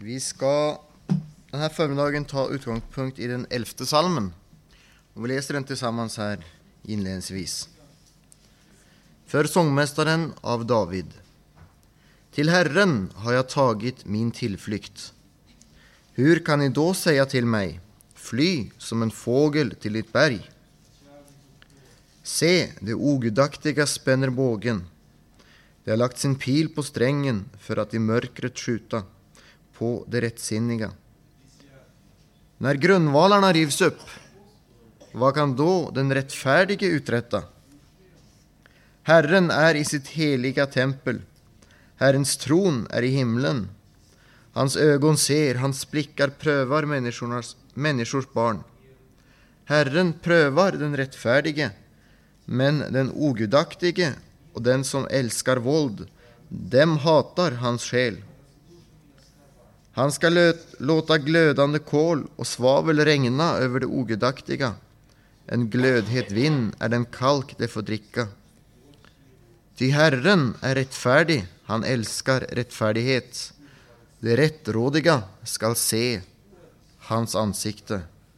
Vi ska den här förmiddagen ta utgångspunkt i den 11:e psalmen. Och vi läser den tillsammans här inledningsvis. För sångmästaren av David. Till Herren har jag tagit min tillflykt. Hur kan ni då säga till mig, fly som en fågel till ditt berg? Se, det ogudaktiga spänner bågen. De har lagt sin pil på strängen för att i mörkret skjuta på det rättsinniga. När grundvalarna rivs upp, vad kan då den rättfärdige uträtta? Herren är i sitt heliga tempel. Herrens tron är i himlen. Hans ögon ser, hans blickar prövar människors barn. Herren prövar den rättfärdige, men den ogudaktige och den som älskar våld, dem hatar hans själ. Han ska låta glödande kol och svavel regna över det ogudaktiga. En glödhet vind är den kalk de får dricka. Ty Herren är rättfärdig, han älskar rättfärdighet. De rättrådiga skall se hans ansikte.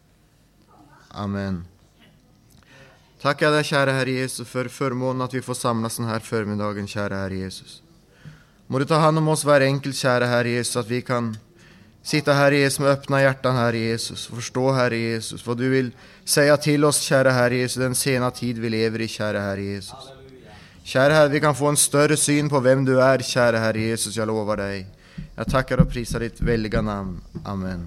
Amen. Tackar dig, kära Herre Jesus, för förmånen att vi får samlas den här förmiddagen, kära Herre Jesus. Må du ta hand om oss var enkelt, kära Herre Jesus, att vi kan sitta här, Jesus, med öppna hjärtan, Herre Jesus, och förstå, Herre Jesus, vad du vill säga till oss, kära Herre Jesus, den sena tid vi lever i, kära Herre Jesus. Kära Herre, vi kan få en större syn på vem du är, kära Herre Jesus, jag lovar dig. Jag tackar och prisar ditt väldiga namn. Amen.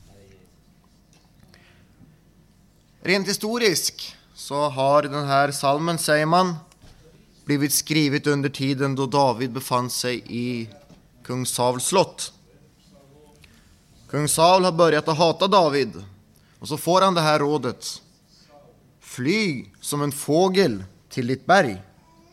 Rent historisk så har den här psalmen, säger man, blivit skrivet under tiden då David befann sig i kung Sauls slott. Kung Saul har börjat att hata David, och så får han det här rådet: fly som en fågel till ditt berg.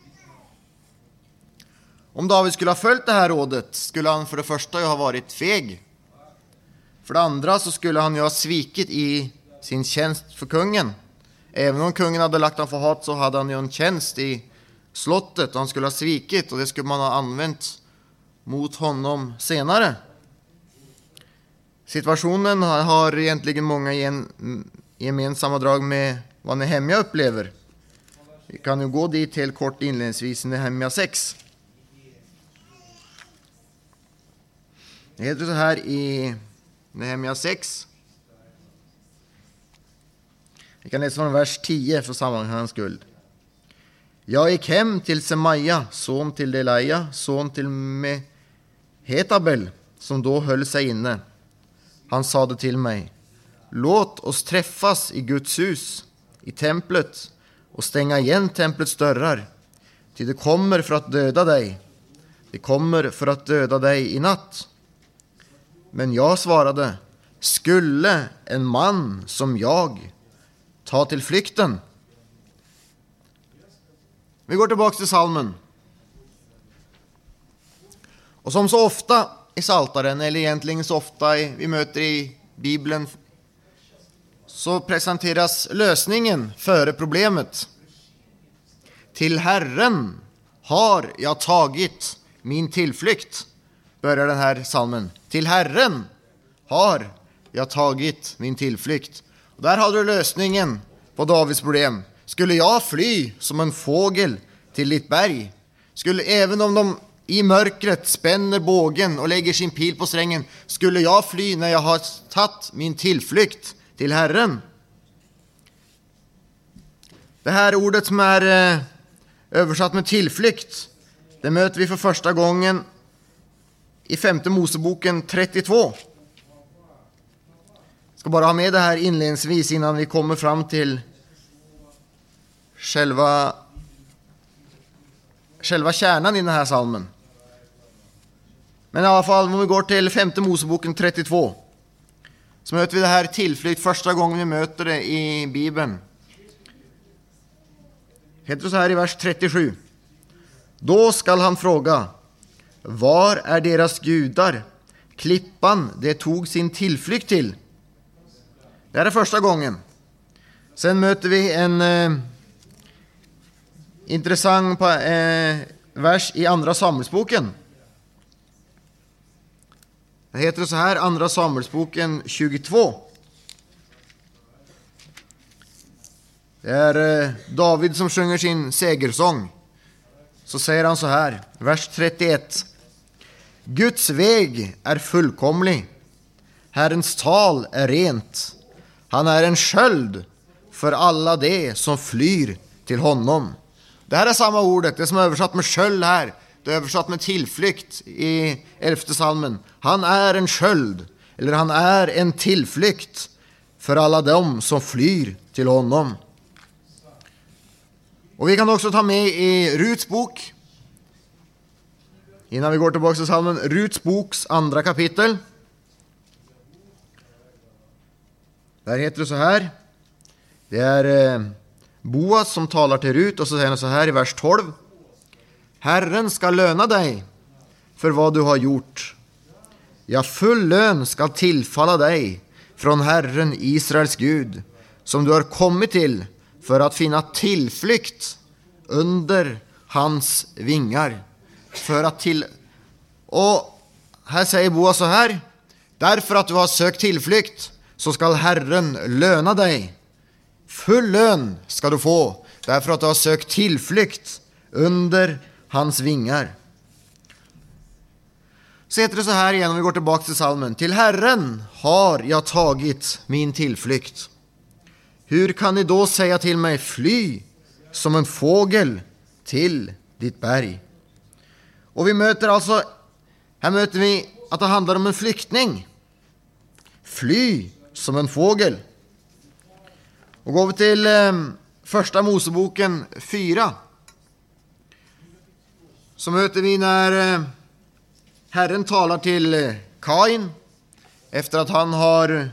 Om David skulle ha följt det här rådet skulle han för det första ju ha varit feg. För det andra så skulle han ju ha svikit i sin tjänst för kungen. Även om kungen hade lagt han för hat så hade han ju en tjänst i slottet och han skulle ha svikit, och det skulle man ha använt mot honom senare. Situationen har egentligen många gemensamma drag med vad Nehemja upplever. Vi kan ju gå dit helt kort inledningsvis i Nehemja 6. Det heter så här i Nehemja 6. Vi kan läsa från vers 10 för sammanhangens skull. Jag gick hem till Semaja, son till Delaja, son till Mehetabel, som då höll sig inne. Han sade till mig: låt oss träffas i Guds hus, i templet, och stänga igen templets dörrar. Ty det kommer för att döda dig. Det kommer för att döda dig i natt. Men jag svarade: skulle en man som jag ta till flykten? Vi går tillbaka till psalmen. Och som så ofta i Psaltaren, eller egentligen så ofta vi möter i Bibeln, så presenteras lösningen före problemet. Till Herren har jag tagit min tillflykt, börjar den här psalmen. Till Herren har jag tagit min tillflykt. Och där har du lösningen på Davids problem. Skulle jag fly som en fågel till ditt berg? Skulle, även om de i mörkret spänner bågen och lägger sin pil på strängen, skulle jag fly när jag har tagit min tillflykt till Herren? Det här ordet som är översatt med tillflykt, det möter vi för första gången i 5:e Moseboken 32. Jag ska bara ha med det här inledningsvis innan vi kommer fram till själva kärnan i den här psalmen. Men i alla fall, om vi går till 5:e Moseboken 32, så möter vi det här tillflykt första gången vi möter det i Bibeln. Det heter så här i vers 37. Då skall han fråga: var är deras gudar, klippan det tog sin tillflykt till? Det här är första gången. Sen möter vi en intressant vers i andra Samuelsboken. Det heter så här, andra Samuelsboken 22. Det är David som sjunger sin segersång. Så säger han så här, vers 31. Guds väg är fullkomlig. Herrens tal är rent. Han är en sköld för alla det som flyr till honom. Det här är samma ordet, det som är översatt med sköld här. Det är översatt med tillflykt i 11:e psalmen. Han är en sköld, eller han är en tillflykt för alla dem som flyr till honom. Och vi kan också ta med i Ruts bok, innan vi går tillbaka till psalmen, Ruts boks andra kapitel. Där heter det så här. Det är Boas som talar till Rut, och så säger han så här i vers 12. Herren ska löna dig för vad du har gjort. Ja, full lön ska tillfalla dig från Herren Israels Gud, som du har kommit till för att finna tillflykt under hans vingar. Och här säger Boas så här. Därför att du har sökt tillflykt så ska Herren löna dig. Full lön ska du få, därför att du har sökt tillflykt under hans vingar. Så heter det så här igen om vi går tillbaka till psalmen. Till Herren har jag tagit min tillflykt. Hur kan ni då säga till mig, fly som en fågel till ditt berg? Och här möter vi att det handlar om en flyktning. Fly som en fågel. Och går vi till första Moseboken 4, så möter vi när Herren talar till Kain efter att han har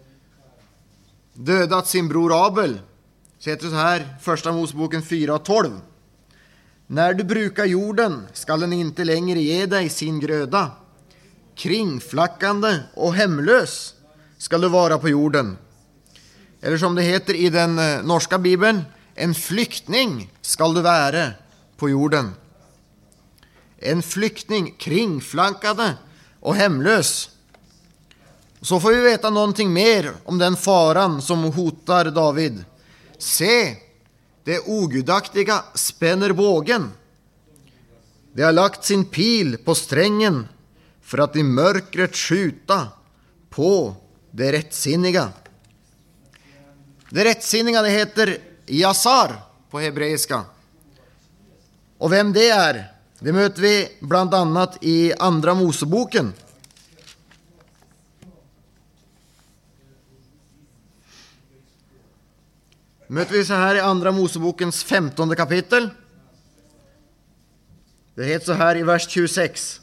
dödat sin bror Abel. Så heter det så här, första Moseboken 4:12. När du brukar jorden skall den inte längre ge dig sin gröda. Kringflackande och hemlös skall du vara på jorden. Eller som det heter i den norska bibeln, en flyktning skall du vara på jorden. En flyktning, kringflackande och hemlös. Så får vi veta någonting mer om den faran som hotar David. Se, det ogudaktiga spänner bågen. Det har lagt sin pil på strängen för att i mörkret skjuta på det rättsinniga. Det rättsinniga, det heter Jasar på hebreiska. Och vem det är, det möter vi bland annat i andra Moseboken. Möter vi så här i andra Mosebokens 15:e kapitel. Det heter så här i vers 26.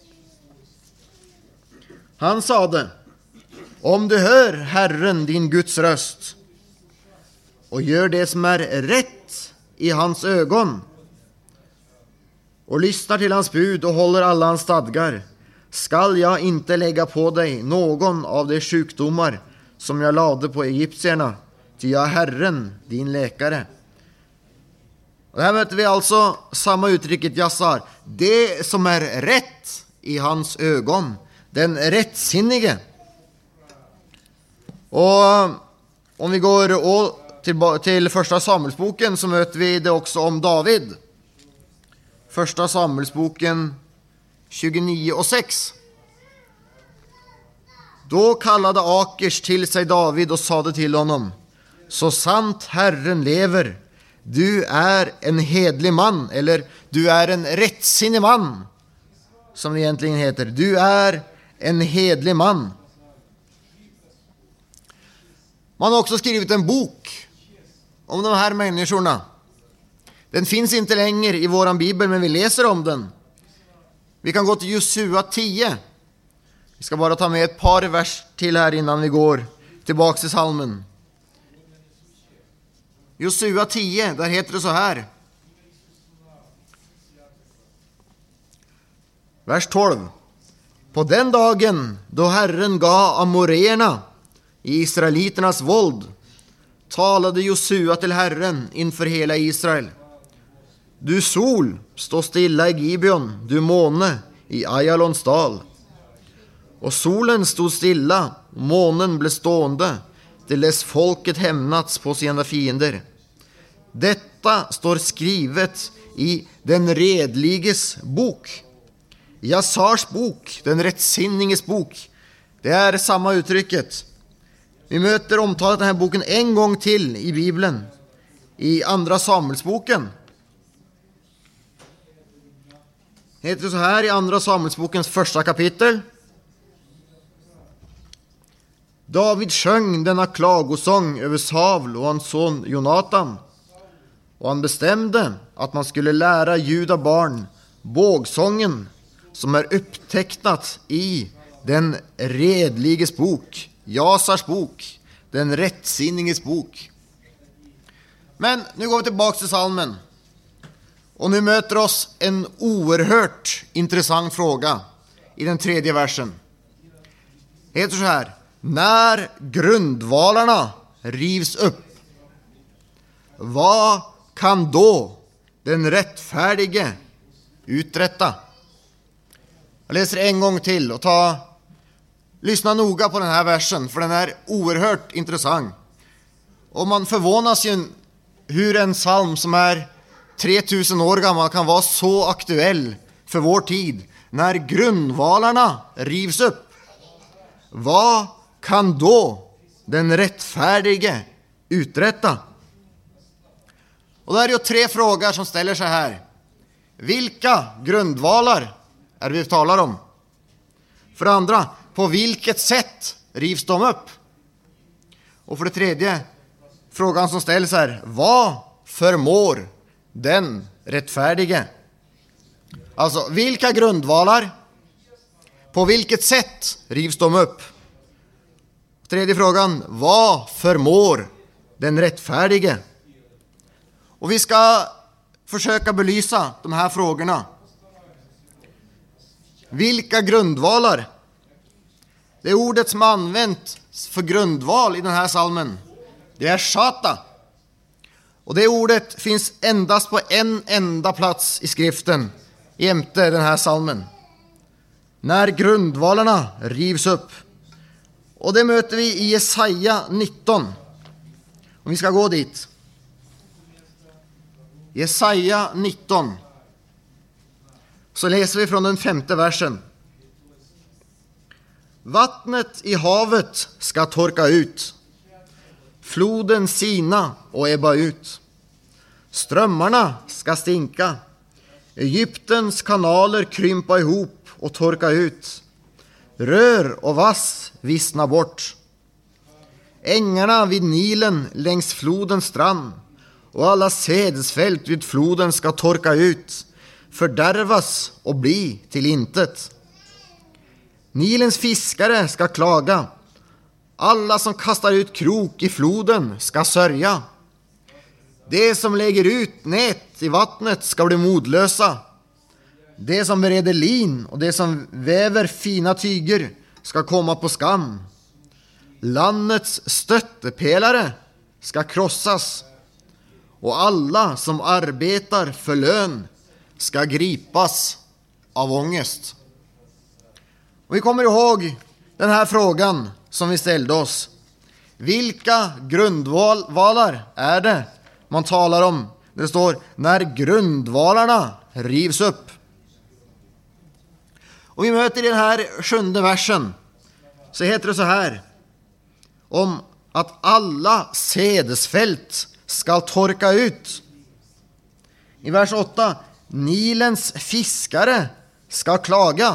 Han sade, om du hör Herren din Guds röst och gör det som är rätt i hans ögon och lyssnar till hans bud och håller alla hans stadgar, skall jag inte lägga på dig någon av de sjukdomar som jag lade på egyptierna, ty jag är Herren din läkare. Och här möter vi alltså samma uttrycket Jasar, det som är rätt i hans ögon, den rättsinnige. Och om vi går till första Samuelsboken, så möter vi det också om David. Första Samuelsboken 29:6. Då kallade Akers till sig David och sade till honom, så sant Herren lever, du är en hedlig man, eller du är en rättsinnig man, som det egentligen heter. Du är en hedlig man. Man har också skrivit en bok om de här människorna. Den finns inte längre i våran bibel, men vi läser om den. Vi kan gå till Josua 10. Vi ska bara ta med ett par vers till här innan vi går tillbaka till psalmen. Josua 10, där heter det så här. Vers 12. På den dagen då Herren gav amoreerna i israeliternas våld, talade Josua till Herren inför hela Israel. Du sol, stå stilla i Gibeon, du måne i Ajalons dal. Och solen stod stilla, och månen blev stående, till dess folket hämnats på sina fiender. Detta står skrivet i den redliges bok, Jasars bok, den rättsinninges bok. Det är samma uttrycket. Vi möter omtalat den här boken en gång till i Bibeln, i andra Samuelsboken. Det heter så här i andra Samuelsbokens första kapitel. David sjöng denna klagosång över Saul och hans son Jonatan. Och han bestämde att man skulle lära Juda barn bågsången som är upptecknat i den redliges bok, Jasars bok, den rättsinninges bok. Men nu går vi tillbaka till salmen. Och nu möter oss en oerhört intressant fråga i den 3:e versen. Det heter så här: när grundvalarna rivs upp, vad kan då den rättfärdige uträtta? Jag läser en gång till och lyssna noga på den här versen, för den är oerhört intressant. Och man förvånas ju hur en psalm som är 3000 år gammal kan vara så aktuell för vår tid. När grundvalarna rivs upp, vad kan då den rättfärdige uträtta? Och det är ju 3 frågor som ställer sig här. Vilka grundvalar är det vi talar om? För det andra, på vilket sätt rivs de upp? Och för det tredje, frågan som ställs här: vad förmår den rättfärdige? Alltså, vilka grundvalar? På vilket sätt rivs de upp? Tredje frågan, vad förmår den rättfärdige? Och vi ska försöka belysa de här frågorna. Vilka grundvalar? Det ordet som använts för grundval i den här salmen, det är shata. Och det ordet finns endast på en enda plats i skriften jämte den här salmen. När grundvalarna rivs upp. Och det möter vi i Jesaja 19. Och vi ska gå dit. Jesaja 19. Så läser vi från den 5:e versen. Vattnet i havet ska torka ut, floden sina och ebba ut. Strömmarna ska stinka, Egyptens kanaler krympa ihop och torka ut. Rör och vass vissna bort. Ängarna vid Nilen längs flodens strand och alla sädesfält vid floden ska torka ut, fördärvas och bli till intet. Nilens fiskare ska klaga, alla som kastar ut krok i floden ska sörja. De som lägger ut nät i vattnet ska bli modlösa. De som bereder lin och de som väver fina tyger ska komma på skam. Landets stöttepelare ska krossas, och alla som arbetar för lön ska gripas av ångest. Och vi kommer ihåg den här frågan som vi ställde oss. Vilka grundvalar är det man talar om? Det står när grundvalarna rivs upp. Och vi möter i den här 7:e versen, så heter det så här om att alla sädesfält ska torka ut. I vers 8, Nilens fiskare ska klaga.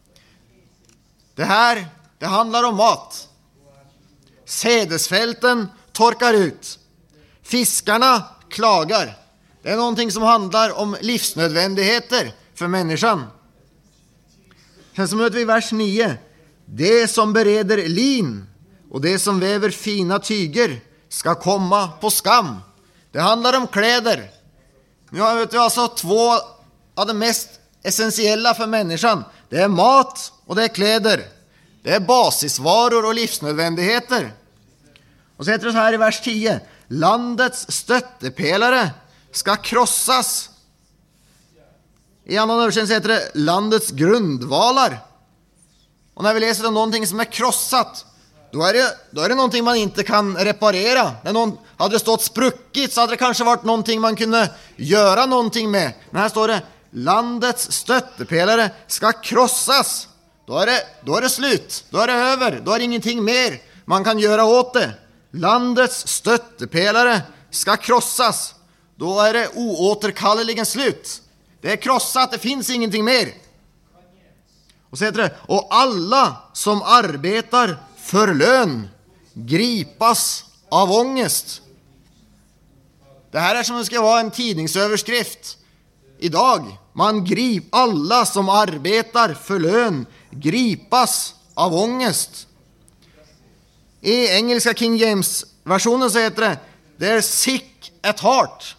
Det handlar om mat. Sädesfälten torkar ut. Fiskarna klagar. Det är någonting som handlar om livsnödvändigheter för människan. Sen så möter vi vers 9. Det som bereder lin och det som väver fina tyger ska komma på skam. Det handlar om kläder. Nu har vi alltså 2 av de mest essentiella för människan. Det är mat och det är kläder. Det är basisvaror och livsnödvändigheter. Och så heter det så här i vers 10. Landets stöttepelare ska krossas. I annan översättning heter det landets grundvalar. Och Och när vi läser om någonting som är krossat, då är det någonting man inte kan reparera. Hade det stått spruckit så hade det kanske varit någonting man kunde göra någonting med. Men här står det, landets stöttepelare ska krossas. Då är det slut, då är det över, då är det ingenting mer man kan göra åt det. Landets stöttepelare ska krossas. Då är det oåterkalleligen slut. Det är krossat, det finns ingenting mer. Och så heter det, och alla som arbetar för lön gripas av ångest. Det här är som det ska vara en tidningsöverskrift idag. Alla som arbetar för lön gripas av ångest. I engelska King James-versionen så heter det, they're sick at heart.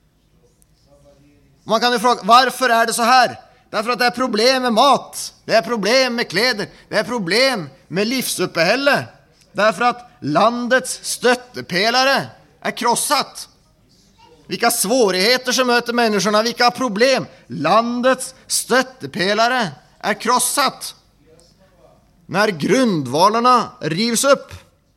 Man kan ju fråga, varför är det så här? Därför att det är problem med mat, det är problem med kläder, det är problem med livsuppehälle. Därför att landets stöttepelare är krossat. Vilka svårigheter som möter människorna, vilka problem. Landets stöttepelare är krossat. När grundvalarna rivs upp.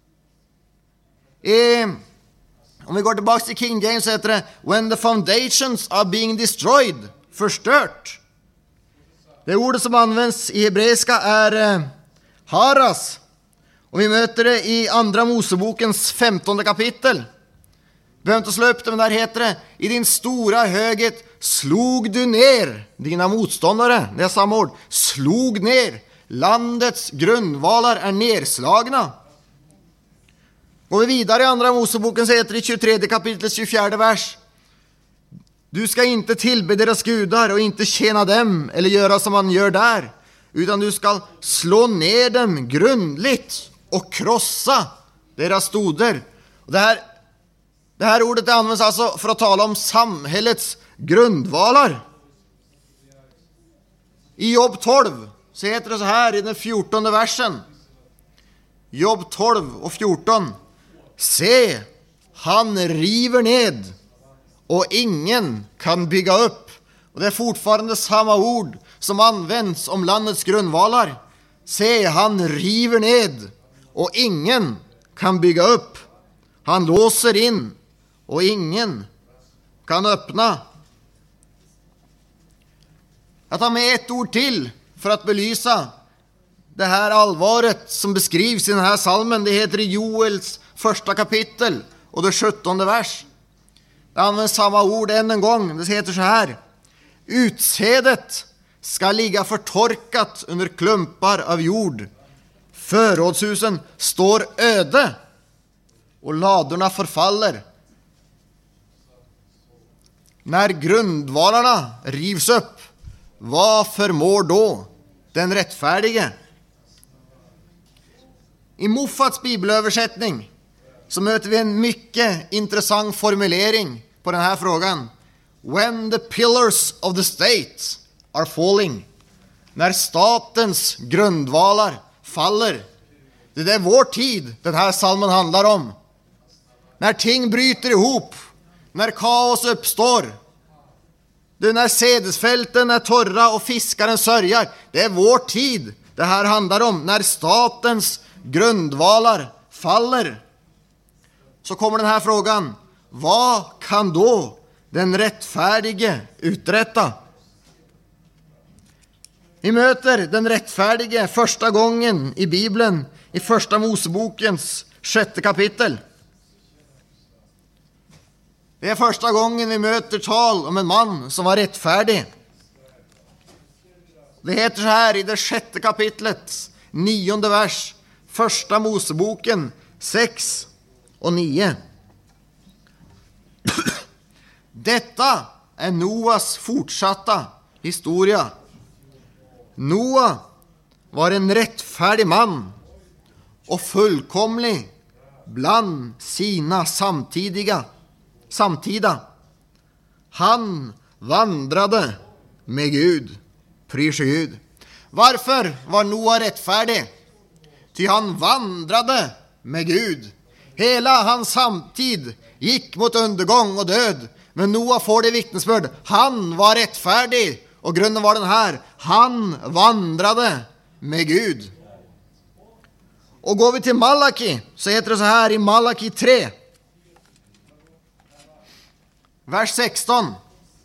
Om vi går tillbaka till King James heter det, when the foundations are being destroyed, förstört. Det ordet som används i hebreiska är haras. Och vi möter det i andra Mosebokens 15 kapitel. Vi behöver inte slå upp det, men där heter det, i din stora höghet slog du ner dina motståndare. Det är samma ord. Slog ner. Landets grundvalar är nerslagna. Går vi vidare i andra Moseboken så heter det i 23 kapitlets 24 vers. Du ska inte tillbe deras gudar och inte tjäna dem eller göra som man gör där. Utan du ska slå ner dem grundligt och krossa deras stoder. Och det här ordet används alltså för att tala om samhällets grundvalar. I Jobb 12 så heter det så här i den 14:e versen. Jobb 12 och 14. Se, han river ned och ingen kan bygga upp. Och det är fortfarande samma ord som används om landets grundvalar. Se, han river ned och ingen kan bygga upp. Han låser in och ingen kan öppna. Jag tar med ett ord till för att belysa det här allvaret som beskrivs i den här salmen. Det heter i Joels 1 kapitel och det 17:e vers. Det används samma ord än en gång. Det heter så här. Utsädet ska ligga förtorkat under klumpar av jord. Förrådshusen står öde och ladorna förfaller. När grundvalarna rivs upp, vad förmår då den rättfärdige? I Moffats bibelöversättning så möter vi en mycket intressant formulering på den här frågan. When the pillars of the state are falling. När statens grundvalar faller. Det är vår tid den här salmen handlar om. När ting bryter ihop. När kaos uppstår. När sädesfälten är torra och fiskaren sörjar. Det är vår tid det här handlar om. När statens grundvalar faller. Så kommer den här frågan. Vad kan då den rättfärdige uträtta? Vi möter den rättfärdige första gången i Bibeln i första Mosebokens 6:e kapitel. Det är första gången vi möter tal om en man som var rättfärdig. Det heter så här i det 6:e kapitlet, 9:e vers, första Moseboken 6 och 9. Detta är Noas fortsatta historia. Noa var en rättfärdig man och fullkomlig bland sina samtida. Han vandrade med Gud. Pris Gud. Varför var Noa rättfärdig? Ty han vandrade med Gud. Hela hans samtid gick mot undergång och död. Men Noa får det vittnesbörd. Han var rättfärdig. Och grunden var den här. Han vandrade med Gud. Och går vi till Malaki så heter det så här i Malaki 3. Vers 16.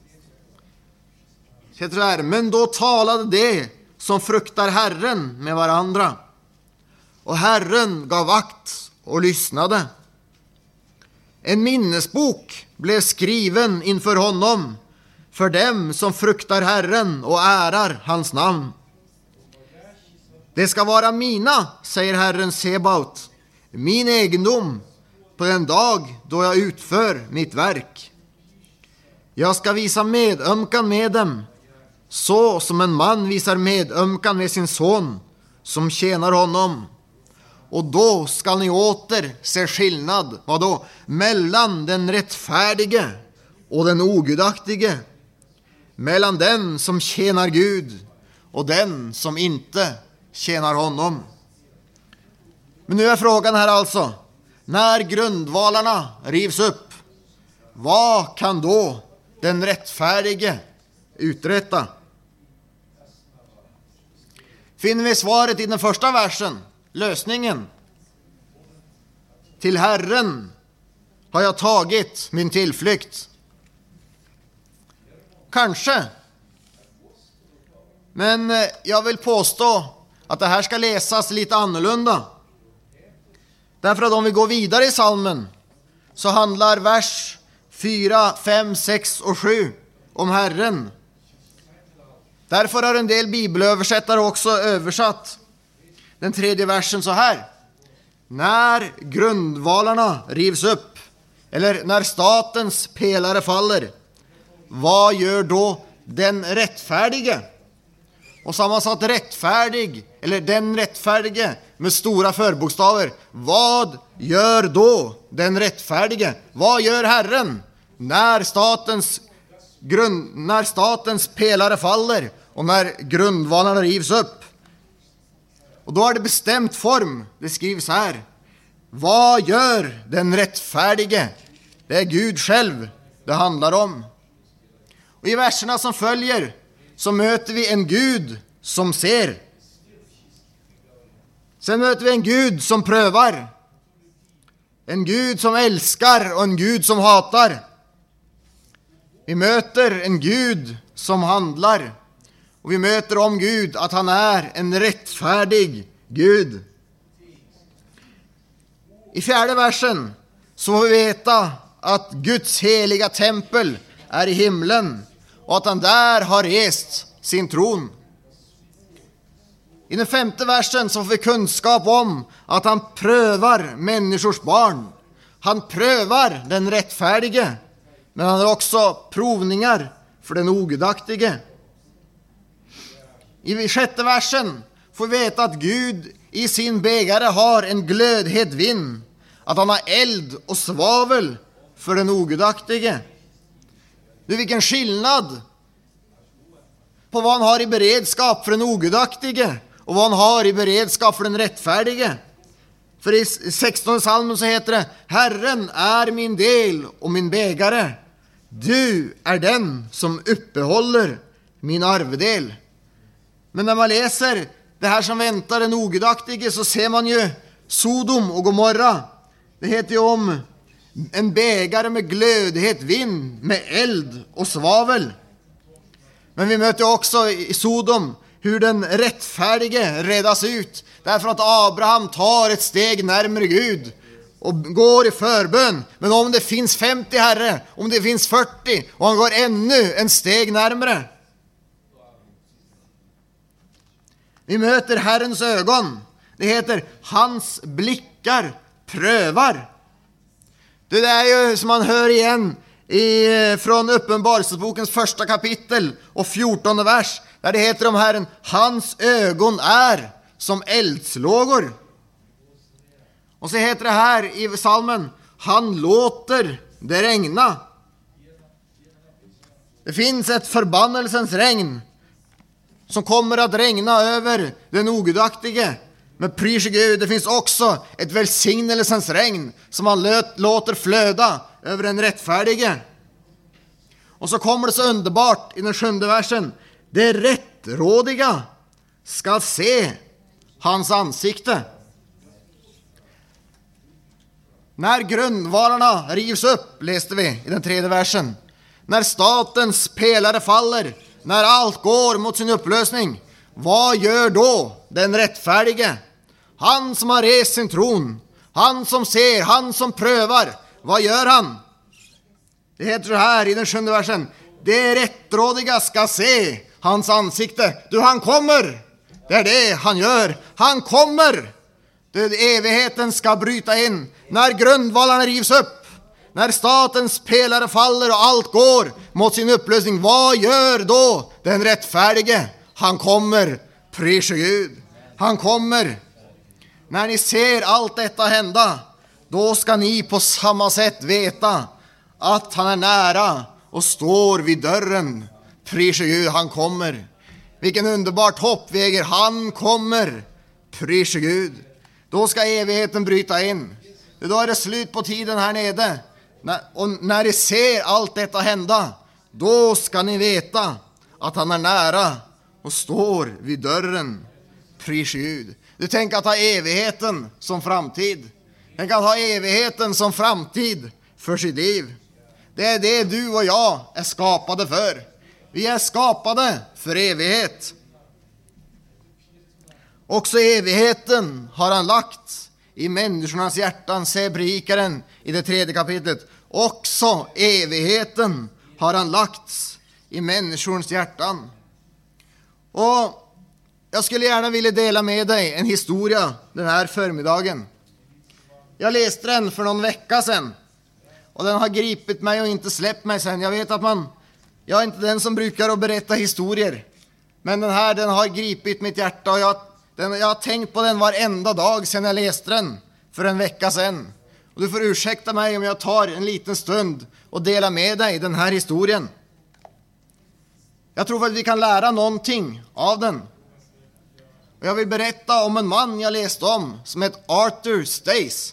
Så heter det så här: men då talade de som fruktar Herren med varandra. Och Herren gav akt och lyssnade. En minnesbok blev skriven inför honom för dem som fruktar Herren och ärar hans namn. Det ska vara mina, säger Herren Sebaot, min egendom på den dag då jag utför mitt verk. Jag ska visa medömkan med dem, så som en man visar medömkan med sin son som tjänar honom. Och då ska ni åter se skillnad, vadå? Mellan den rättfärdige och den ogudaktige, mellan den som tjänar Gud och den som inte tjänar honom. Men nu är frågan här alltså, när grundvalarna rivs upp, vad kan då den rättfärdige uträtta? Finner vi svaret i den första versen, lösningen. Till Herren har jag tagit min tillflykt. Kanske. Men jag vill påstå att det här ska läsas lite annorlunda. Därför att om vi går vidare i salmen så handlar vers 4, 5, 6 och 7 om Herren. Därför har en del bibelöversättare också översatt den tredje versen så här: när grundvalarna rivs upp, eller när statens pelare faller, vad gör då den rättfärdige? Och sammansatt rättfärdig, eller den rättfärdige med stora förbokstäver. Vad gör då den rättfärdige? Vad gör Herren när statens pelare faller och när grundvalarna rivs upp? Och då är det bestämt form. Det skrivs här: vad gör den rättfärdige? Det är Gud själv det handlar om. Och i verserna som följer så möter vi en Gud som ser. Sen möter vi en Gud som prövar. En Gud som älskar och en Gud som hatar. Vi möter en Gud som handlar. Och vi möter om Gud att han är en rättfärdig Gud. I fjärde versen så får vi veta att Guds heliga tempel är i himlen och att han där har rest sin tron. I den femte versen så får vi kunskap om att han prövar människors barn. Han prövar den rättfärdige, men han har också provningar för den ogudaktige. I sjätte versen får vi veta att Gud i sin bägare har en glödhet vind, att han har eld och svavel för den ogudaktige. Du, vilken skillnad på vad han har i beredskap för den ogudaktige och vad han har i beredskap för den rättfärdige. För i 16 salmen så heter det: Herren är min del och min bägare. Du är den som uppehåller min arvedel. Men när man läser det här som väntar den ogudaktige så ser man ju Sodom och Gomorra. Det heter ju om en bägare med glödhet vind, med eld och svavel. Men vi möter också i Sodom hur den rättfärdige räddas ut, därför att Abraham tar ett steg närmare Gud och går i förbön. Men om det finns 50 herre, om det finns 40, och han går ännu en steg närmare. Vi möter Herrens ögon. Det heter hans blickar prövar. Det är ju som man hör igen från Uppenbarelsebokens 1 kapitel och 14 vers, där det heter om Herren: hans ögon är som eldslågor. Och så heter det här i psalmen: han låter det regna. Det finns ett förbannelsens regn som kommer att regna över den ogudaktige. Men pryr sig Gud, det finns också ett välsignelsens regn som han låter flöda över den rättfärdige. Och så kommer det så underbart i den 7:e versen: det rättrådiga ska se hans ansikte. När grundvalarna rivs upp, läste vi i den 3:e versen. När statens pelare faller, när allt går mot sin upplösning, vad gör då den rättfärdige? Han som har rest sin tron, han som ser, han som prövar, vad gör han? Det heter så här i den 7:e versen. Det rättrådiga ska se hans ansikte. Du, han kommer. Det är det han gör. Han kommer. Evigheten ska bryta in. När grundvalarna rivs upp, när statens pelare faller och allt går mot sin upplösning, vad gör då den rättfärdige? Han kommer. Pris Gud. Han kommer. När ni ser allt detta hända, då ska ni på samma sätt veta att han är nära och står vid dörren. Pris Gud, han kommer. Vilken underbart hopp vi äger. Han kommer. Pris Gud. Då ska evigheten bryta in. Då är det slut på tiden här nere. Och när ni ser allt detta hända, då ska ni veta att han är nära och står vid dörren. Pris Gud. Du tänker att ha evigheten som framtid. Tänk att ha evigheten som framtid för sitt liv. Det är det du och jag är skapade för. Vi är skapade för evighet. Också evigheten har han lagt i människornas hjärtan, säger predikaren i det 3:e kapitlet. Också evigheten har han lagt i människornas hjärtan. Och jag skulle gärna vilja dela med dig en historia den här förmiddagen. Jag läste den för någon vecka sedan. Och den har gripit mig och inte släppt mig sen. Jag vet att jag är inte den som brukar att berätta historier. Men den har gripit mitt hjärta. Och jag har tänkt på den varenda dag sedan jag läste den för en vecka sedan. Och du får ursäkta mig om jag tar en liten stund och delar med dig den här historien. Jag tror att vi kan lära någonting av den. Och jag vill berätta om en man jag läste om som heter Arthur Stace.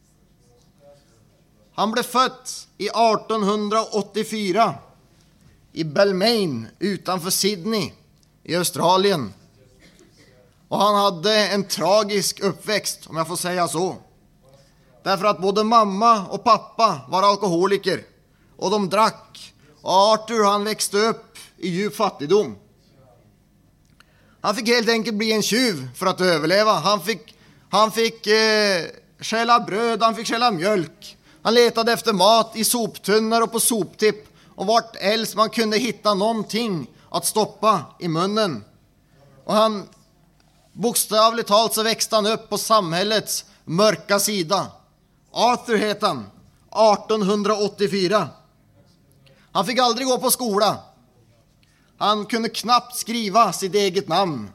Han blev född i 1884 i Balmain utanför Sydney i Australien. Och han hade en tragisk uppväxt, om jag får säga så. Därför att både mamma och pappa var alkoholiker och de drack. Och Arthur, han växte upp i djup fattigdom. Han fick helt enkelt bli en tjuv för att överleva. Han fick stjäla bröd, han fick stjäla mjölk. Han letade efter mat i soptunnor och på soptipp och vart else man kunde hitta någonting att stoppa i munnen. Och han, bokstavligt talat, så växte han upp på samhällets mörka sida. Arthur heter han, 1884. Han fick aldrig gå på skola. Han kunde knappt skriva sitt eget namn.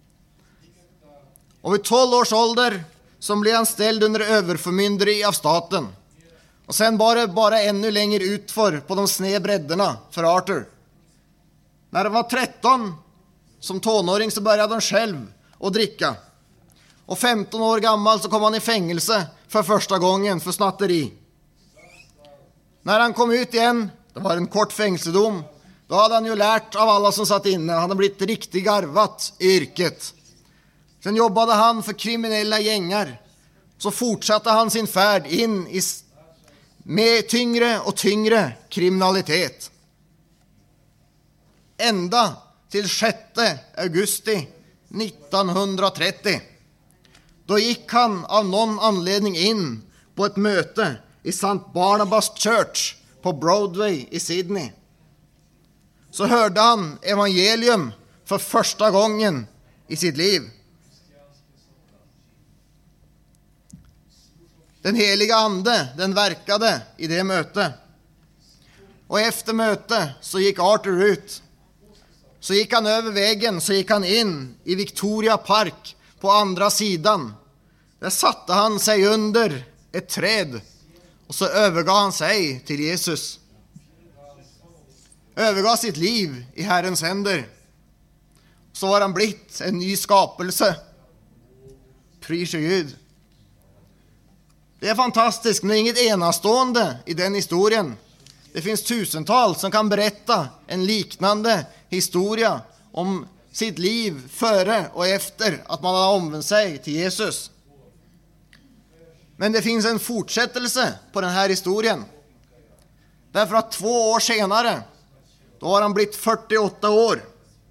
Och vid 12 års ålder så blev han ställd under överförmynderi av staten. Och sen bara ännu längre utför på de sneda bredderna för Arthur. När han var 13 som tonåring så började han själv att dricka. Och 15 år gammal så kom han i fängelse för första gången för snatteri. När han kom ut igen, det var en kort fängelsedom, då hade han ju lärt av alla som satt inne. Han hade blivit riktigt garvat i yrket. Sen jobbade han för kriminella gängar. Så fortsatte han sin färd in med tyngre och tyngre kriminalitet. Ända till 6 augusti 1930. Då gick han av någon anledning in på ett möte i St. Barnabas Church på Broadway i Sydney. Så hörde han evangelium för första gången i sitt liv. Den heliga ande, den verkade i det möte. Och efter möte så gick Arthur ut. Så gick han över vägen, så gick han in i Victoria Park på andra sidan. Där satte han sig under ett träd och så övergav han sig till Jesus. Övergav sitt liv i Herrens händer. Så var han blivit en ny skapelse. Pris Gud. Det är fantastiskt, men det är inget enastående i den historien. Det finns tusentals som kan berätta en liknande historia om sitt liv före och efter att man har omvänt sig till Jesus. Men det finns en fortsättelse på den här historien. Därför att 2 år senare, då har han blivit 48 år.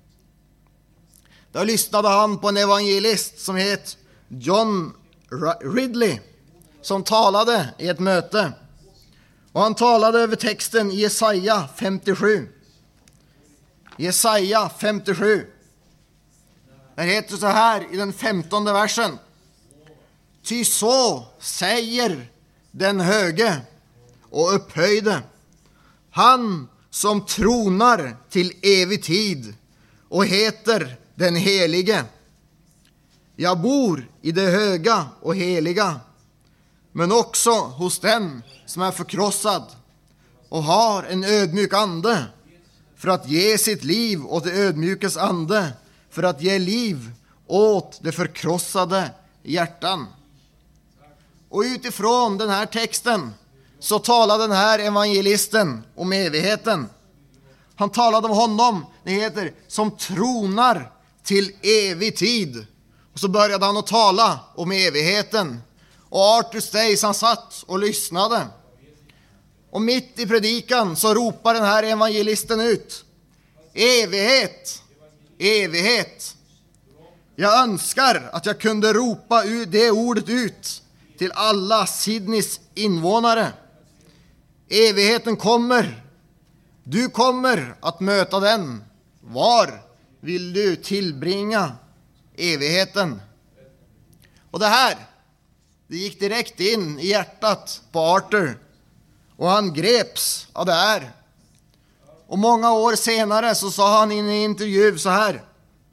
Då lyssnade han på en evangelist som heter John Ridley, som talade i ett möte. Och han talade över texten i Jesaja 57. Jesaja 57. Det heter så här i den 15:e versen. Ty så säger den höge och upphöjde, han som tronar till evig tid och heter den helige. Jag bor i det höga och heliga, men också hos den som är förkrossad och har en ödmjuk ande, för att ge sitt liv åt det ödmjukes ande, för att ge liv åt det förkrossade hjärtan. Och utifrån den här texten så talade den här evangelisten om evigheten. Han talade om honom, det heter, som tronar till evig tid. Och så började han att tala om evigheten. Och Arthur Stace, han satt och lyssnade. Och mitt i predikan så ropar den här evangelisten ut: evighet, evighet. Jag önskar att jag kunde ropa det ordet ut till alla Sydneys invånare. Evigheten kommer. Du kommer att möta den. Var vill du tillbringa evigheten? Och det gick direkt in i hjärtat på Arthur. Och han greps av det här. Och många år senare så sa han i en intervju så här: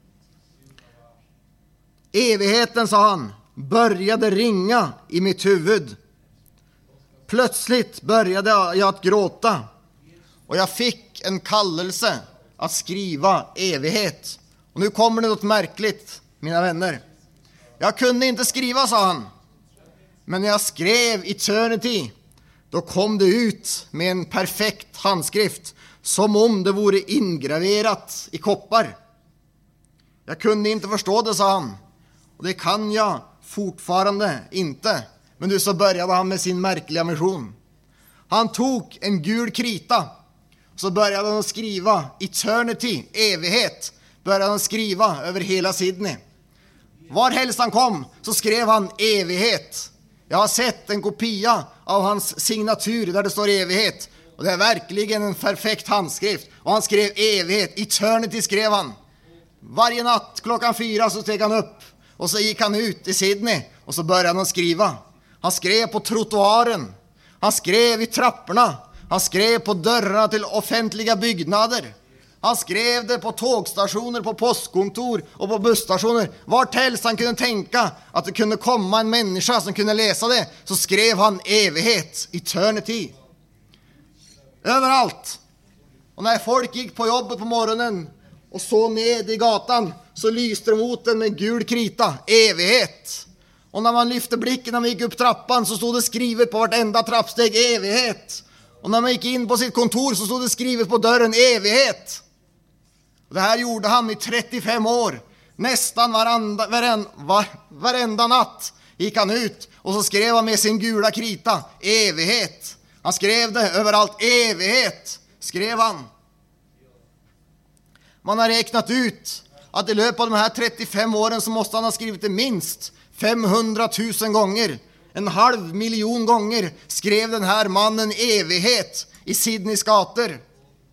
evigheten, sa han, började ringa i mitt huvud. Plötsligt började jag att gråta. Och jag fick en kallelse att skriva evighet. Och nu kommer det något märkligt, mina vänner. Jag kunde inte skriva, sa han. Men när jag skrev eternity, då kom det ut med en perfekt handskrift, som om det vore ingraverat i koppar. Jag kunde inte förstå det, sa han. Och det kan jag fortfarande inte. Men nu så började han med sin märkliga mission. Han tog en gul krita. Så började han skriva eternity, evighet. Började han skriva över hela Sydney. Var helst han kom så skrev han evighet. Jag har sett en kopia av hans signatur där det står evighet. Och det är verkligen en perfekt handskrift. Och han skrev evighet, eternity skrev han. Varje natt klockan 4 så steg han upp. Och så gick han ut i Sydney och så började han skriva. Han skrev på trottoaren. Han skrev i trapporna. Han skrev på dörrarna till offentliga byggnader. Han skrev det på tågstationer, på postkontor och på busstationer. Vart helst han kunde tänka att det kunde komma en människa som kunde läsa det, så skrev han evighet, eternity. Överallt. Och när folk gick på jobbet på morgonen och såg ned i gatan, så lyste de mot den med gul krita, evighet. Och när man lyfte blicken när man gick upp trappan, så stod det skrivet på vartenda trappsteg, evighet. Och när man gick in på sitt kontor så stod det skrivet på dörren, evighet. Och det här gjorde han i 35 år. Nästan varenda natt gick han ut och så skrev han med sin gula krita, evighet. Han skrev det överallt, evighet skrev han. Man har räknat ut att i löpet av de här 35 åren så måste han ha skrivit det minst 500 000 gånger. 500 000 gånger skrev den här mannen evighet i Sydneys gator.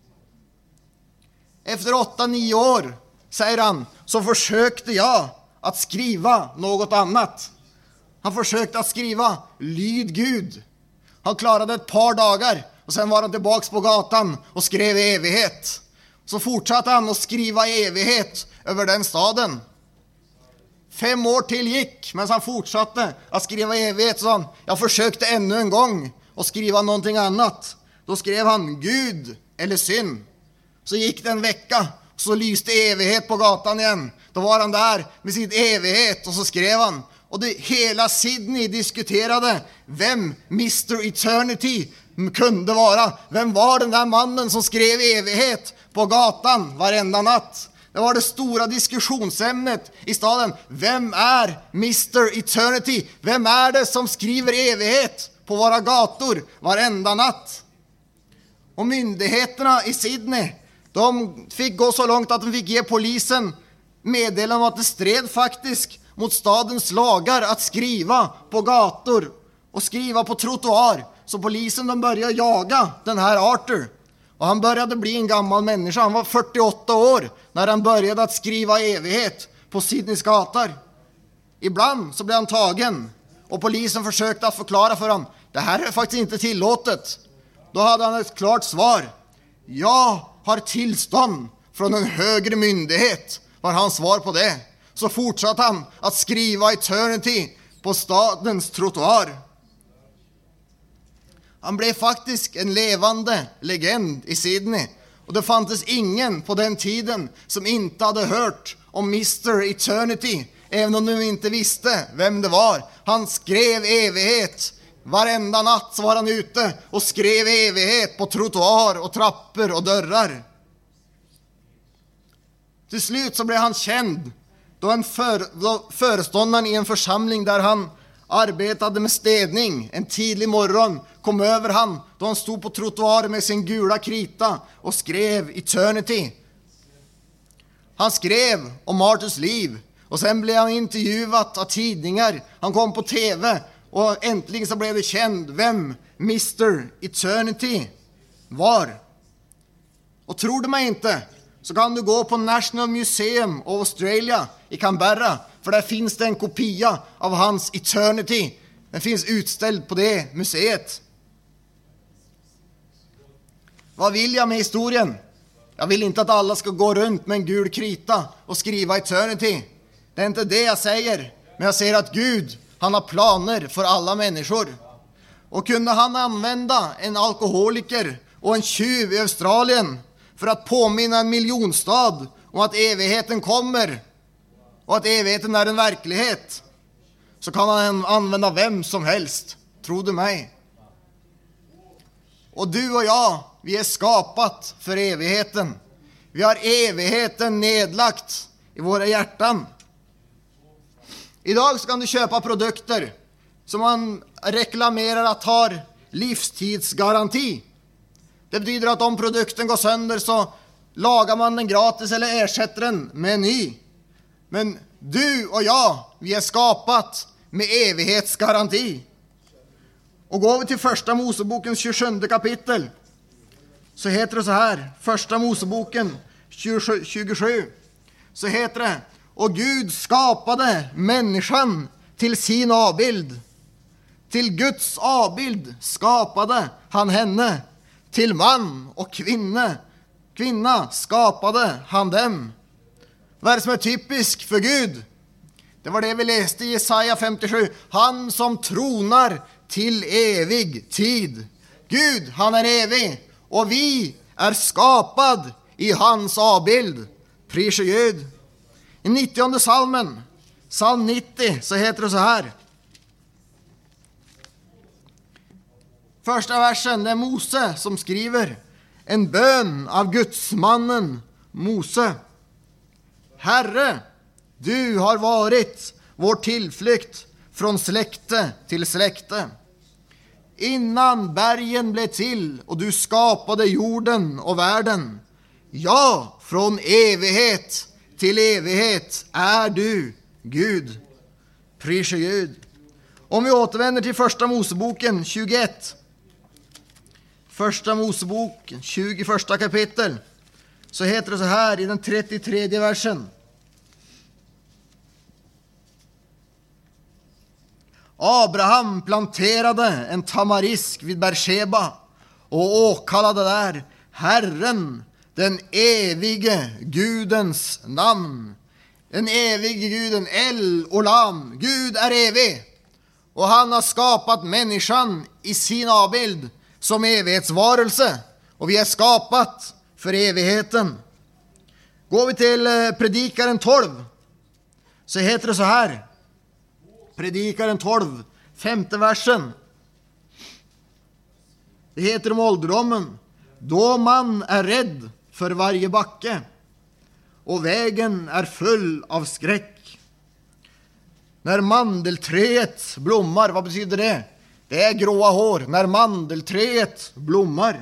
Efter 8-9 år, säger han, så försökte jag att skriva något annat. Han försökte att skriva lyd Gud. Han klarade ett par dagar och sen var han tillbaks på gatan och skrev evighet. Så fortsatte han att skriva evighet över den staden. 5 år till gick, men han fortsatte att skriva evighet. Så han, jag försökte ännu en gång att skriva någonting annat. Då skrev han Gud eller synd. Så gick det en vecka, så lyste evighet på gatan igen. Då var han där med sitt evighet och så skrev han. Och hela Sydney diskuterade vem Mr. Eternity kunde vara. Vem var den där mannen som skrev evighet på gatan varenda natt? Det var det stora diskussionsämnet i staden. Vem är Mr. Eternity? Vem är det som skriver evighet på våra gator varenda natt? Och myndigheterna i Sydney, de fick gå så långt att de fick ge polisen meddelande om att det stred faktiskt mot stadens lagar att skriva på gator och skriva på trottoar. Så polisen, de började jaga den här Arthur. Och han började bli en gammal människa. Han var 48 år när han började att skriva evighet på Sydneys gator. Ibland så blev han tagen och polisen försökte att förklara för honom: det här är faktiskt inte tillåtet. Då hade han ett klart svar: jag har tillstånd från en högre myndighet, var hans svar på det. Så fortsatte han att skriva Eternity på stadens trottoar. Han blev faktiskt en levande legend i Sydney. Och det fanns ingen på den tiden som inte hade hört om Mr. Eternity, även om de inte visste vem det var. Han skrev evighet. Varenda natt så var han ute och skrev evighet på trottoar och trappor och dörrar. Till slut så blev han känd då föreståndaren i en församling där han arbetade med städning en tidig morgon kom över han då han stod på trottoaren med sin gula krita och skrev Eternity. Han skrev om Arthurs liv och sen blev han intervjuad av tidningar. Han kom på tv och äntligen så blev det känd vem Mr. Eternity var. Och tror du mig inte, så kan du gå på National Museum of Australia i Canberra, för där finns det en kopia av hans Eternity. Den finns utställd på det museet. Vad vill jag med historien? Jag vill inte att alla ska gå runt med en gul krita och skriva Eternity. Det är inte det jag säger. Men jag säger att Gud, han har planer för alla människor. Och kunde han använda en alkoholiker och en tjuv i Australien för att påminna en miljonstad om att evigheten kommer och att evigheten är en verklighet, så kan han använda vem som helst. Tror du mig? Och du och jag, vi är skapat för evigheten. Vi har evigheten nedlagt i våra hjärtan. Idag så kan du köpa produkter som man reklamerar att har livstidsgaranti. Det betyder att om produkten går sönder så lagar man den gratis eller ersätter den med en ny. Men du och jag, vi är skapat med evighetsgaranti. Och går vi till första Mosebokens 27 kapitel, så heter det så här. Första Moseboken 27, så heter det: och Gud skapade människan till sin avbild. Till Guds avbild skapade han henne. Till man och kvinna skapade han dem. Vad är det som är typiskt för Gud? Det var det vi läste i Jesaja 57. Han som tronar till evig tid. Gud, han är evig. Och vi är skapad i hans avbild. Pris och Gud. I 90:e psalmen, psalm 90, så heter det så här. Första versen, det är Mose som skriver en bön av gudsmannen Mose. Herre, du har varit vår tillflykt från släkte till släkte. Innan bergen blev till och du skapade jorden och världen. Ja, från evighet till evighet är du Gud. Pris och Gud. Om vi återvänder till första Moseboken 21. Första Mosebok 21 kapitel. Så heter det så här i den 33:e versen. Abraham planterade en tamarisk vid Beersheba och åkallade där Herren, den evige Gudens namn. Den evige Guden, El Olam. Gud är evig. Och han har skapat människan i sin avbild som evighetsvarelse. Och vi är skapat för evigheten. Går vi till Predikaren 12, så heter det så här. Predikaren 12, 5:e versen. Det heter om ålderdomen. Då man är rädd för varje backe och vägen är full av skräck. När mandelträet blommar, vad betyder det? Det är gråa hår. När mandelträet blommar.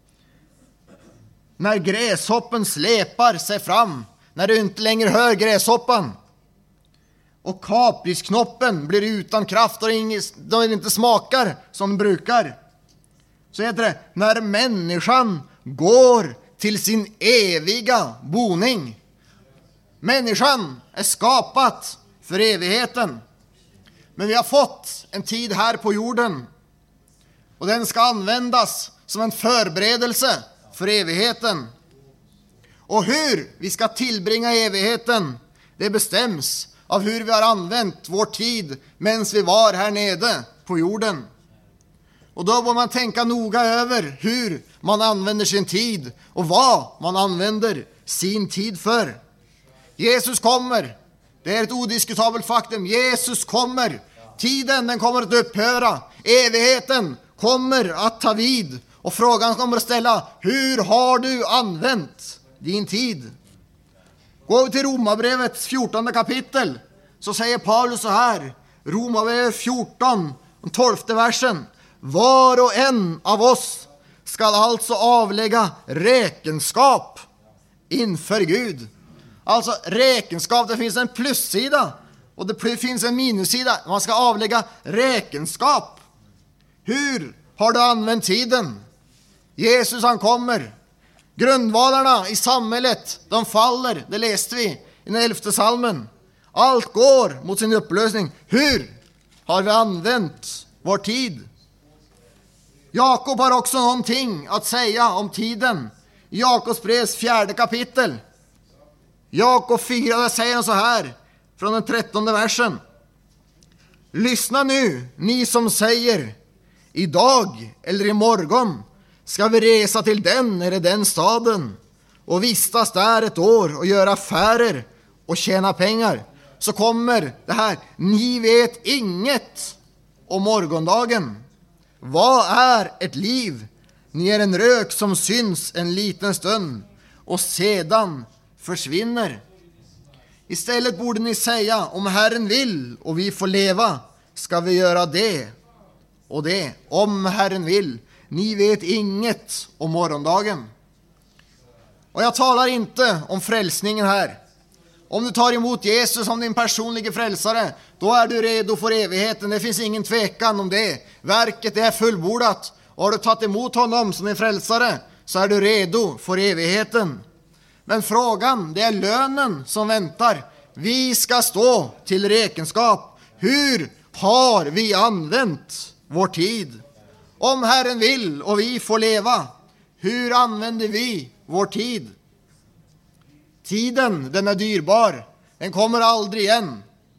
När gräshoppen släpar sig fram, när du inte längre hör gräshoppan. Och kaprisknoppen blir utan kraft och det inte smakar som det brukar. Så heter det, när människan går till sin eviga boning. Människan är skapat för evigheten. Men vi har fått en tid här på jorden. Och den ska användas som en förberedelse för evigheten. Och hur vi ska tillbringa evigheten, det bestäms av hur vi har använt vår tid medan vi var här nere på jorden. Och då bör man tänka noga över hur man använder sin tid och vad man använder sin tid för. Jesus kommer. Det är ett odiskutabelt faktum. Jesus kommer. Tiden, den kommer att upphöra. Evigheten kommer att ta vid. Och frågan kommer att ställa, hur har du använt din tid? Går vi till Romarbrevets 14 kapitel, så säger Paulus så här. Romarbrevet 14, 12 versen. Var och en av oss ska alltså avlägga räkenskap inför Gud. Alltså räkenskap, det finns en plussida och det finns en minussida. Man ska avlägga räkenskap. Hur har du använt tiden? Jesus, han kommer. Grundvalarna i samhället, de faller. Det läste vi i den 11:e psalmen. Allt går mot sin upplösning. Hur har vi använt vår tid? Jakob har också någonting att säga om tiden. I Jakobs brevs 4 kapitel. Jakob 4, där säger han så här, från den 13:e versen. Lyssna nu, ni som säger, idag eller imorgon ska vi resa till den eller den staden och vistas där ett år och göra affärer och tjäna pengar. Så kommer det här, ni vet inget om morgondagen. Vad är ett liv? Ni är en rök som syns en liten stund och sedan försvinner. Istället borde ni säga, om Herren vill och vi får leva, ska vi göra det och det. Om Herren vill. Ni vet inget om morgondagen. Och jag talar inte om frälsningen här. Om du tar emot Jesus som din personliga frälsare, då är du redo för evigheten. Det finns ingen tvekan om det. Verket är fullbordat. Och har du tagit emot honom som din frälsare, så är du redo för evigheten. Men frågan, det är lönen som väntar. Vi ska stå till räkenskap. Hur har vi använt vår tid? Om Herren vill och vi får leva, hur använder vi vår tid? Tiden, den är dyrbar. Den kommer aldrig igen.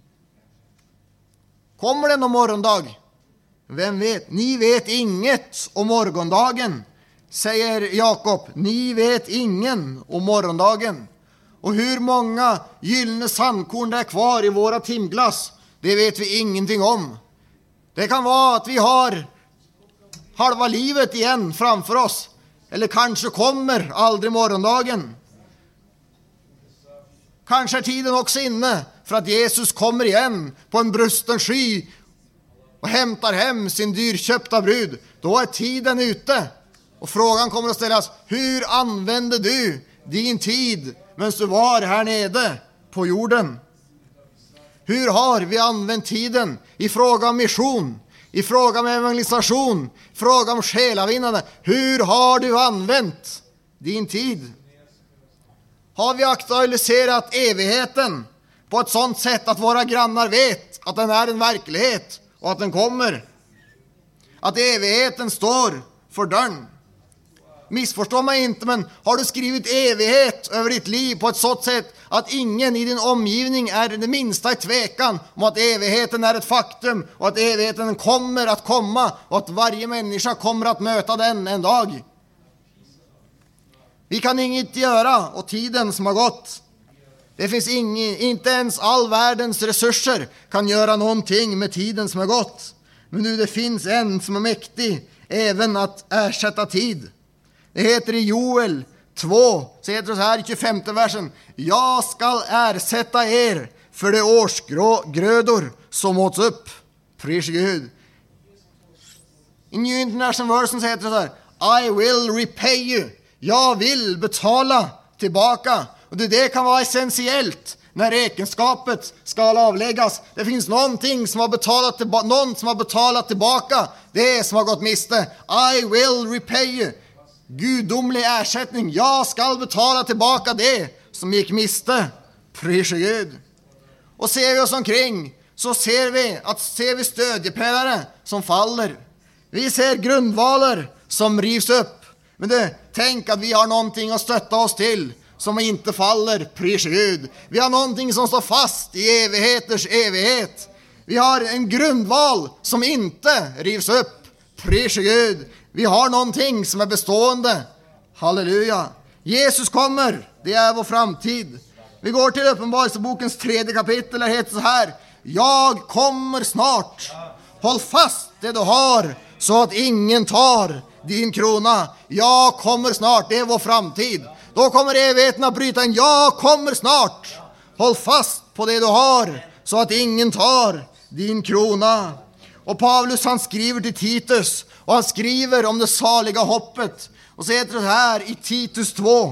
Kommer den om morgondag? Vem vet? Ni vet inget om morgondagen, säger Jakob. Ni vet ingen om morgondagen. Och hur många gyllene sandkorn det är kvar i våra timglas, det vet vi ingenting om. Det kan vara att vi har halva livet igen framför oss. Eller kanske kommer aldrig morgondagen. Kanske är tiden också inne för att Jesus kommer igen på en brusten sky och hämtar hem sin dyrköpta brud. Då är tiden ute. Och frågan kommer att ställas, hur använde du din tid medan du var här nere på jorden? Hur har vi använt tiden i fråga om mission, i fråga om evangelisation, i fråga om själavinnande? Hur har du använt din tid? Har vi aktualiserat evigheten på ett sådant sätt att våra grannar vet att den är en verklighet och att den kommer? Att evigheten står för dörren. Missförstå mig inte, men har du skrivit evighet över ditt liv på ett sådant sätt att ingen i din omgivning är det minsta i tvekan om att evigheten är ett faktum och att evigheten kommer att komma och att varje människa kommer att möta den en dag? Vi kan inget göra åt tiden som har gått. Det finns inte ens all världens resurser kan göra någonting med tiden som har gått. Men nu det finns en som är mäktig även att ersätta tid. Det heter i Joel 2 så heter det så här i 25 versen: jag skall ersätta er för de årsgrödor som åts upp. Pris Gud. I New International Version så heter det så här: I will repay you. Jag vill betala tillbaka. Och det kan vara essentiellt när räkenskapet ska avläggas. Det finns någonting som har betalat tillbaka, någon som har betalat tillbaka det som har gått miste. I will repay you. Gudomlig ersättning. Jag ska betala tillbaka det som gick miste. Pris Gud. Och ser vi oss omkring så ser vi stödjepelare som faller. Vi ser grundvalar som rivs upp. Men tänk att vi har någonting att stötta oss till som inte faller. Pris Gud. Vi har någonting som står fast i evigheters evighet. Vi har en grundval som inte rivs upp. Pris Gud. Vi har någonting som är bestående. Halleluja. Jesus kommer. Det är vår framtid. Vi går till Uppenbarelsebokens 3:e kapitel. Där heter så här: jag kommer snart. Håll fast det du har så att ingen tar din krona. Jag kommer snart. Det är vår framtid. Då kommer evigheten att bryta in. Jag kommer snart. Håll fast på det du har så att ingen tar din krona. Och Paulus, han skriver till Titus, och han skriver om det saliga hoppet. Och så heter det här i Titus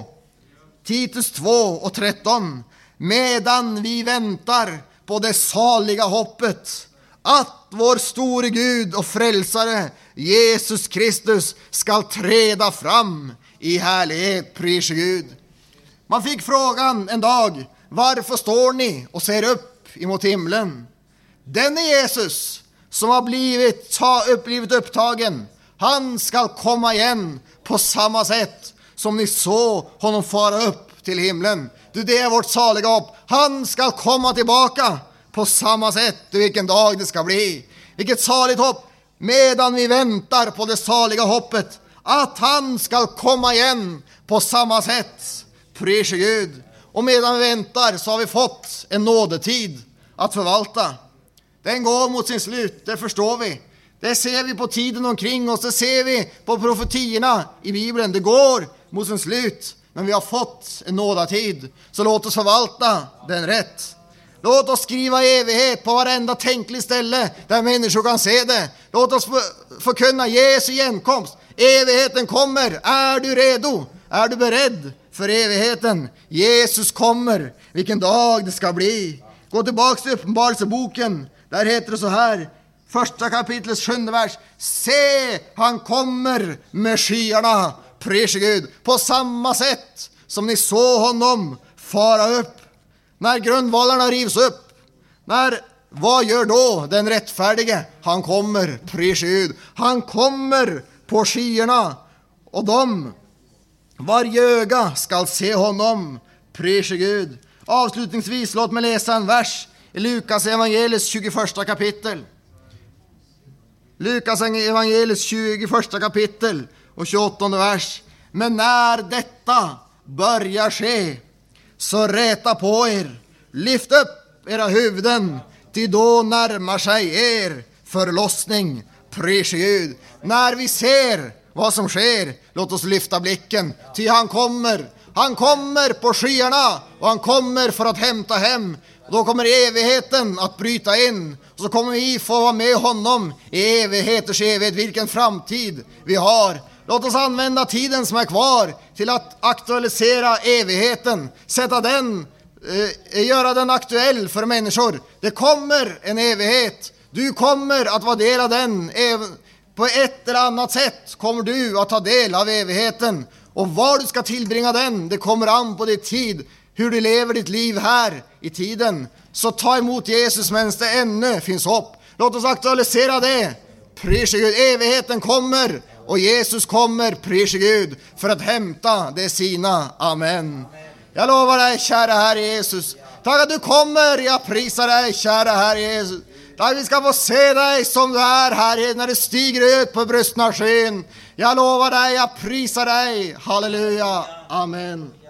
2:13: medan vi väntar på det saliga hoppet, att vår store Gud och frälsare Jesus Kristus skall träda fram i härlighet. Pris Gud. Man fick frågan en dag: varför står ni och ser upp emot himlen? Den är Jesus som har blivit upptagen. Han ska komma igen på samma sätt som ni såg honom fara upp till himlen. Det är vårt saliga hopp. Han ska komma tillbaka på samma sätt. Vilken dag det ska bli. Vilket saligt hopp. Medan vi väntar på det saliga hoppet, att han ska komma igen på samma sätt. Pris Gud. Och medan vi väntar så har vi fått en nådetid att förvalta. Den går mot sin slut, det förstår vi. Det ser vi på tiden omkring oss, det ser vi på profetierna i Bibeln. Det går mot sin slut, men vi har fått en nådatid. Så låt oss förvalta den rätt. Låt oss skriva evighet på varenda tänklig ställe där människor kan se det. Låt oss förkunna Jesu igenkomst. Evigheten kommer. Är du redo? Är du beredd för evigheten? Jesus kommer. Vilken dag det ska bli. Gå tillbaka till Uppenbarelseboken. Där heter det så här, 1 kapitlets 7:e vers: se, han kommer med skyarna. Pris Gud. På samma sätt som ni såg honom fara upp. När grundvalarna rivs upp, vad gör då den rättfärdige? Han kommer. Pris Gud. Han kommer på skyarna, och varje öga skall se honom. Pris Gud. Avslutningsvis, låt mig läsa en vers i Lukas evangeliets 21 kapitel. Lukas evangeliets 21 kapitel och 28 vers. Men när detta börjar ske, så räta på er, lyft upp era huvuden, ty då närmar sig er förlossning. Pris Gud. När vi ser vad som sker, låt oss lyfta blicken, ty han kommer. Han kommer på skyarna, och han kommer för att hämta hem. Och då kommer evigheten att bryta in, och så kommer vi få vara med honom i evigheters evighet. Vilken framtid vi har. Låt oss använda tiden som är kvar till att aktualisera evigheten. Göra den aktuell för människor. Det kommer en evighet. Du kommer att vara del av den. På ett eller annat sätt kommer du att ta del av evigheten. Och var du ska tillbringa den, det kommer an på din tid. Hur du lever ditt liv här i tiden. Så ta emot Jesus medan det ännu finns hopp. Låt oss aktualisera det. Pris Gud. Evigheten kommer. Och Jesus kommer, pris Gud, för att hämta det sina. Amen. Jag lovar dig, kära Herre Jesus. Tack att du kommer. Jag prisar dig, kära Herre Jesus. Tack att vi ska få se dig som du är, Herre, när du stiger ut på bröstnasken. Jag lovar dig, jag prisar dig. Halleluja. Amen.